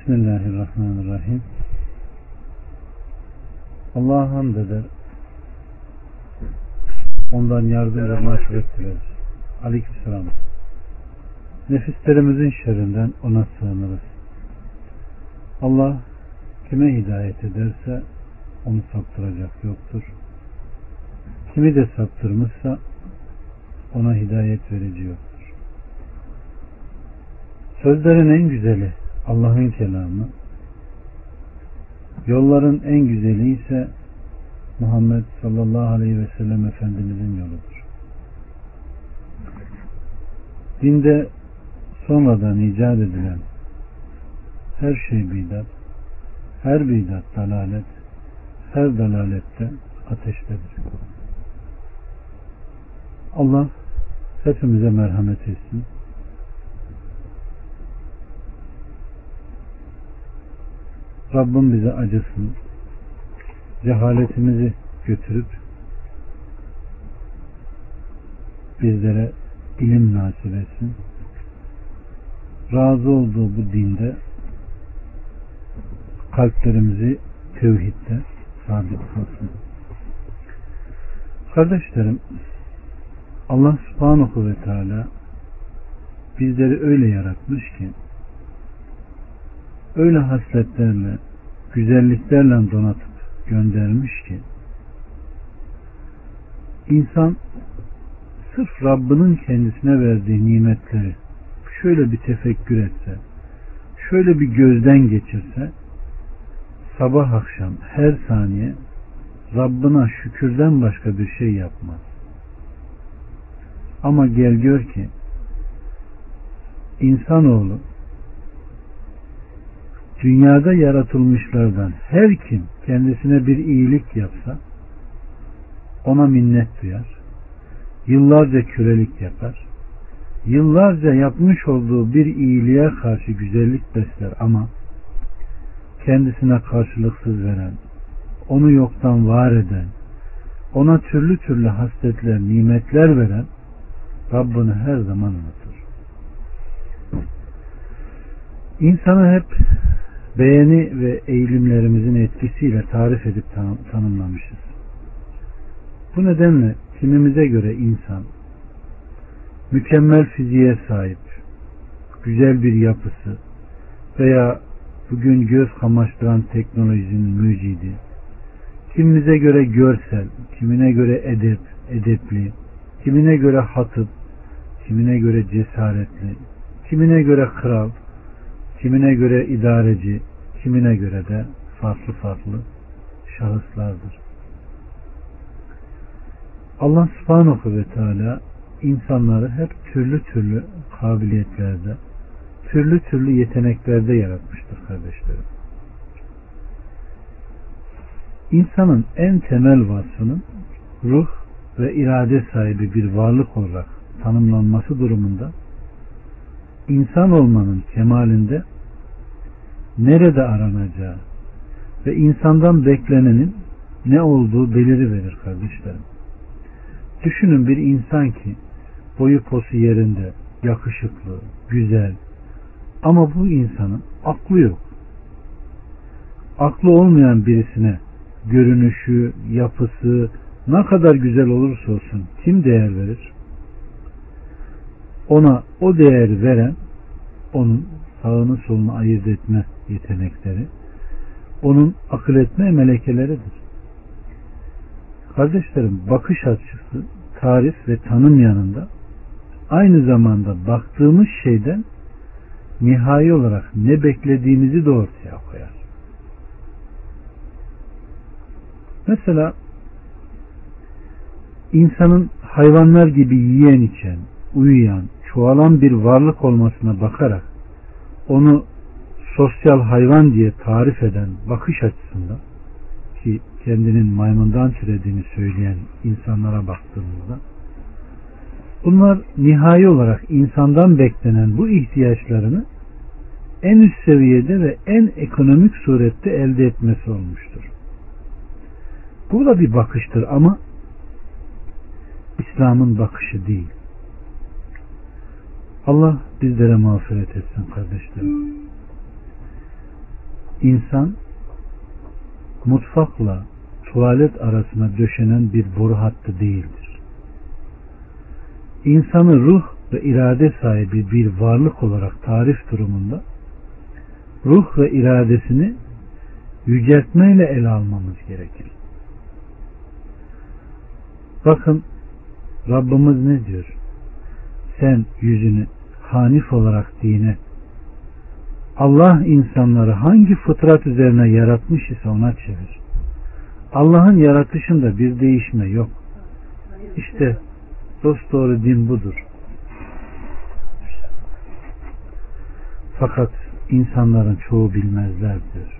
Bismillahirrahmanirrahim. Allah'a hamd eder. Ondan yardım ve mağfiret dileriz. Aleykümselam. Nefislerimizin şerrinden ona sığınırız. Allah kime hidayet ederse onu saptıracak yoktur. Kimi de saptırmışsa ona hidayet verici yoktur. Sözlerin en güzeli Allah'ın kelamı, yolların en güzeli ise Muhammed sallallahu aleyhi ve sellem Efendimizin yoludur. Dinde sonradan icat edilen her şey bidat, her bidat dalalet, her dalalette ateştedir. Allah hepimize merhamet etsin. Rabbim bize acısın. Cehaletimizi götürüp bizlere ilim nasip etsin. Razı olduğu bu dinde kalplerimizi tevhidde sabit kılsın. Kardeşlerim, Allah subhanahu ve teala bizleri öyle yaratmış ki, öyle hasletlerle, güzelliklerle donatıp göndermiş ki, insan sırf Rabbinin kendisine verdiği nimetleri şöyle bir tefekkür etse, şöyle bir gözden geçirse, sabah akşam her saniye Rabbına şükürden başka bir şey yapmaz. Ama gel gör ki insanoğlu dünyada yaratılmışlardan her kim kendisine bir iyilik yapsa ona minnet duyar, yıllarca kölelik yapar, yıllarca yapmış olduğu bir iyiliğe karşı güzellik besler ama kendisine karşılıksız veren, onu yoktan var eden, ona türlü türlü hasletler, nimetler veren Rabbini her zaman unutur. İnsanı hep beğeni ve eğilimlerimizin etkisiyle tarif edip tanımlamışız. Bu nedenle kimimize göre insan mükemmel fiziğe sahip, güzel bir yapısı veya bugün göz kamaştıran teknolojinin mucidi, kimimize göre görsel, kimine göre edepli, kimine göre hatıp, kimine göre cesaretli, kimine göre kral, kimine göre idareci, kimine göre de farklı farklı şahıslardır. Allah subhanahu ve teala insanları hep türlü türlü kabiliyetlerde, türlü türlü yeteneklerde yaratmıştır kardeşlerim. İnsanın en temel vasfının ruh ve irade sahibi bir varlık olarak tanımlanması durumunda insan olmanın kemalinde nerede aranacağı ve insandan beklenenin ne olduğu beliriverir kardeşlerim. Düşünün bir insan ki boyu posu yerinde, yakışıklı, güzel ama bu insanın aklı yok. Aklı olmayan birisine görünüşü, yapısı ne kadar güzel olursa olsun kim değer verir? Ona o değer veren onun sağını solunu ayırt etme yetenekleri, onun akıl etme melekeleridir. Kardeşlerim, bakış açısı, tarif ve tanım yanında aynı zamanda baktığımız şeyden nihai olarak ne beklediğimizi de ortaya koyar. Mesela insanın hayvanlar gibi yiyen içen, uyuyan, çoğalan bir varlık olmasına bakarak onu sosyal hayvan diye tarif eden bakış açısında, ki kendinin maymundan türediğini söyleyen insanlara baktığımızda, bunlar nihai olarak insandan beklenen bu ihtiyaçlarını en üst seviyede ve en ekonomik surette elde etmesi olmuştur. Bu da bir bakıştır ama İslam'ın bakışı değil. Allah bizlere mağfiret etsin kardeşlerim. İnsan mutfakla tuvalet arasına döşenen bir boru hattı değildir. İnsanı ruh ve irade sahibi bir varlık olarak tarif durumunda ruh ve iradesini yüceltmeyle ele almamız gerekir. Bakın Rabbimiz ne diyor? Sen yüzünü hanif olarak dine, Allah insanları hangi fıtrat üzerine yaratmış ise ona çevir. Allah'ın yaratışında bir değişme yok. İşte dosdoğru din budur. Fakat insanların çoğu bilmezler diyor.